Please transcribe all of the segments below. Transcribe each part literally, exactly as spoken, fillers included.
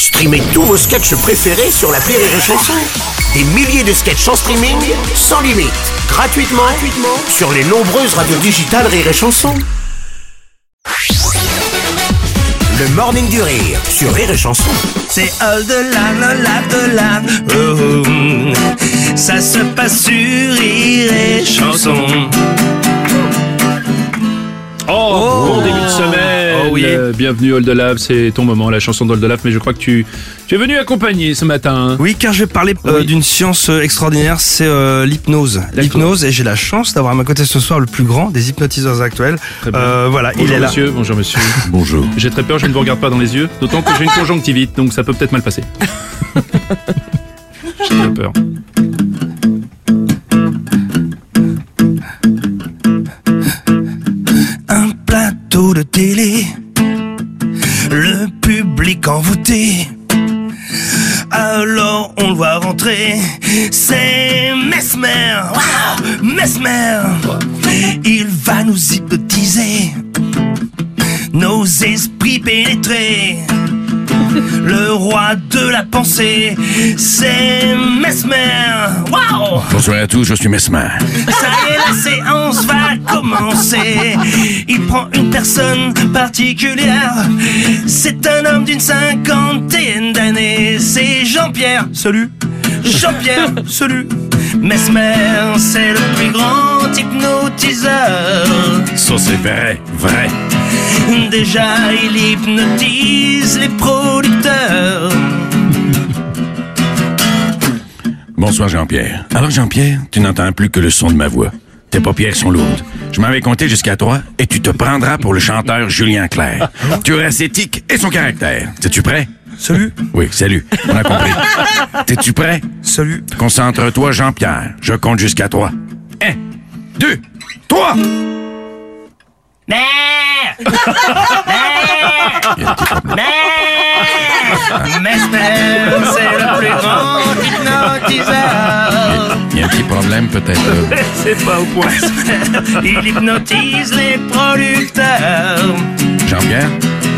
Streamez tous vos sketchs préférés sur l'appli Rire et Chanson. Des milliers de sketchs en streaming, sans limite, gratuitement, gratuitement sur les nombreuses radios digitales Rire et Chanson. Le Morning du Rire sur Rire et Chanson. C'est all de la, la, de la, oh, oh. Ça se passe sur Rire et Chanson. Oh, oh, bon début de semaine. Oh, oui. euh, Bienvenue Oldelaf, c'est ton moment, la chanson d'Oldelaf. Mais je crois que tu, tu es venu accompagner ce matin. Oui, car je vais parler euh, Oui. d'une science euh, extraordinaire, c'est euh, l'hypnose. L'hypnose, et j'ai la chance d'avoir à ma côté ce soir le plus grand des hypnotiseurs actuels. Très bien. Euh, voilà, Bonjour il est là. monsieur, bonjour monsieur. Bonjour. J'ai très peur, je ne vous regarde pas dans les yeux. D'autant que j'ai une conjonctivite, donc ça peut peut-être mal passer. J'ai très peur. Un plateau de télé, le public envoûté. Alors on le voit rentrer, c'est Mesmer, wow, Mesmer. Il va nous hypnotiser, nos esprits pénétrés. Le roi de la pensée, c'est Mesmer, wow. Bonsoir à tous, je suis Mesmer. Ça y est, la séance va commencer. Il prend une personne particulière. C'est un homme d'une cinquantaine d'années. C'est Jean-Pierre, salut. Jean-Pierre, salut. Mesmer, c'est le plus grand hypnotiseur. Ça c'est vrai, vrai. Déjà, il hypnotise les producteurs. Bonsoir Jean-Pierre. Alors Jean-Pierre, tu n'entends plus que le son de ma voix. Tes paupières sont lourdes. Je m'en vais compter jusqu'à trois et tu te prendras pour le chanteur Julien Clerc. Tu auras ses tics et son caractère. Es-tu prêt? Salut. Oui, salut. On a compris. T'es-tu prêt? Salut. Concentre-toi Jean-Pierre. Je compte jusqu'à trois. Un, deux, trois! Mère! Mère! Mère! Mesmer, c'est le plus grand hypnotiseur. Il y a un petit problème peut-être. euh, C'est pas au point. Il hypnotise les producteurs. Jean-Pierre?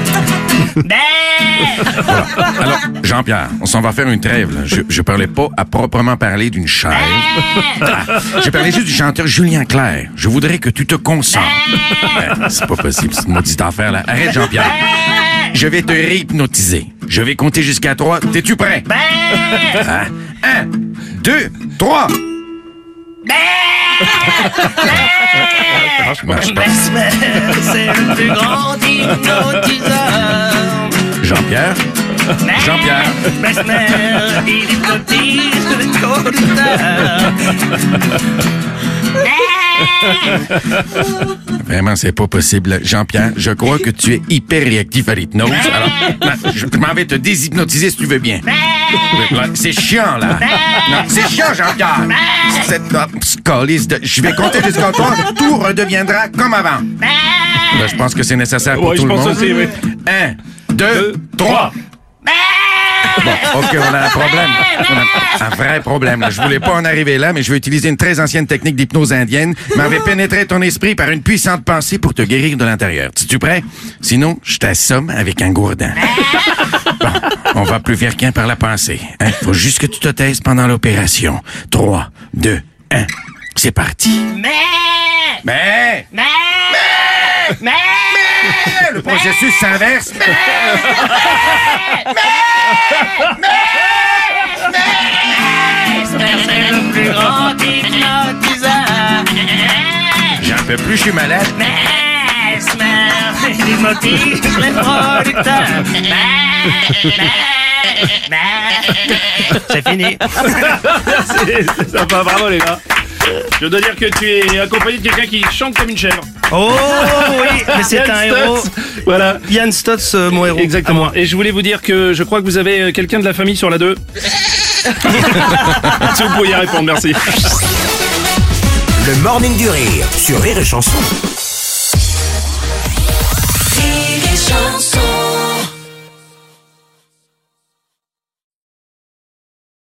Mère! Voilà. Alors, Jean-Pierre, on s'en va faire une trêve, là. Je, je parlais pas à proprement parler d'une chaise. Ah, j'ai parlé juste du chanteur Julien Clerc. Je voudrais que tu te concentres. Ben, c'est pas possible, cette maudite affaire, là. Arrête, Jean-Pierre. Je vais te réhypnotiser. Je vais compter jusqu'à trois. T'es-tu prêt? Ah, un, deux, trois. Franchement, je pense- Mesmer, c'est le plus grand hypnotiseur. Jean-Pierre? Jean-Pierre. Mesmer, il hypnotise les producteurs. Vraiment, c'est pas possible. Jean-Pierre, je crois que tu es hyper réactif à l'hypnose. Alors, non, je je m'en vais te déshypnotiser si tu veux bien. Là, c'est chiant, là. Non, c'est chiant, Jean-Pierre. Cette oh, scaliste de... Je vais compter jusqu'à trois. Tout redeviendra comme avant. Là, je pense que c'est nécessaire pour Ouais, tout je le pense monde. aussi, oui. Un, deux, trois. Bon, OK, on a un problème. On a un vrai problème. Là. Je voulais pas en arriver là, mais je vais utiliser une très ancienne technique d'hypnose indienne, m'avait pénétré ton esprit par une puissante pensée pour te guérir de l'intérieur. Es-tu prêt? Sinon, je t'assomme avec un gourdin. Bon, on va plus faire qu'un par la pensée. Hein? Faut juste que tu te taises pendant l'opération. Trois, deux, un. C'est parti. Mère! Mais... Mère! Mère! Le processus s'inverse. Mesmer, c'est le plus grand hypnotiseur. J'en peux plus, je suis malade. Mesmer, il hypnotise les producteurs. C'est fini. C'est c'est sympa, bravo les gars. Je dois dire que tu es accompagné de quelqu'un qui chante comme une chèvre. Oh oui, mais c'est Yann un Stotz. héros. Voilà. Yann Stotz, euh, mon héros. Exactement. Et je voulais vous dire que je crois que vous avez quelqu'un de la famille sur la deux. Si vous pouviez répondre, merci. Le Morning du Rire sur Rire et Chanson. Rire et Chanson.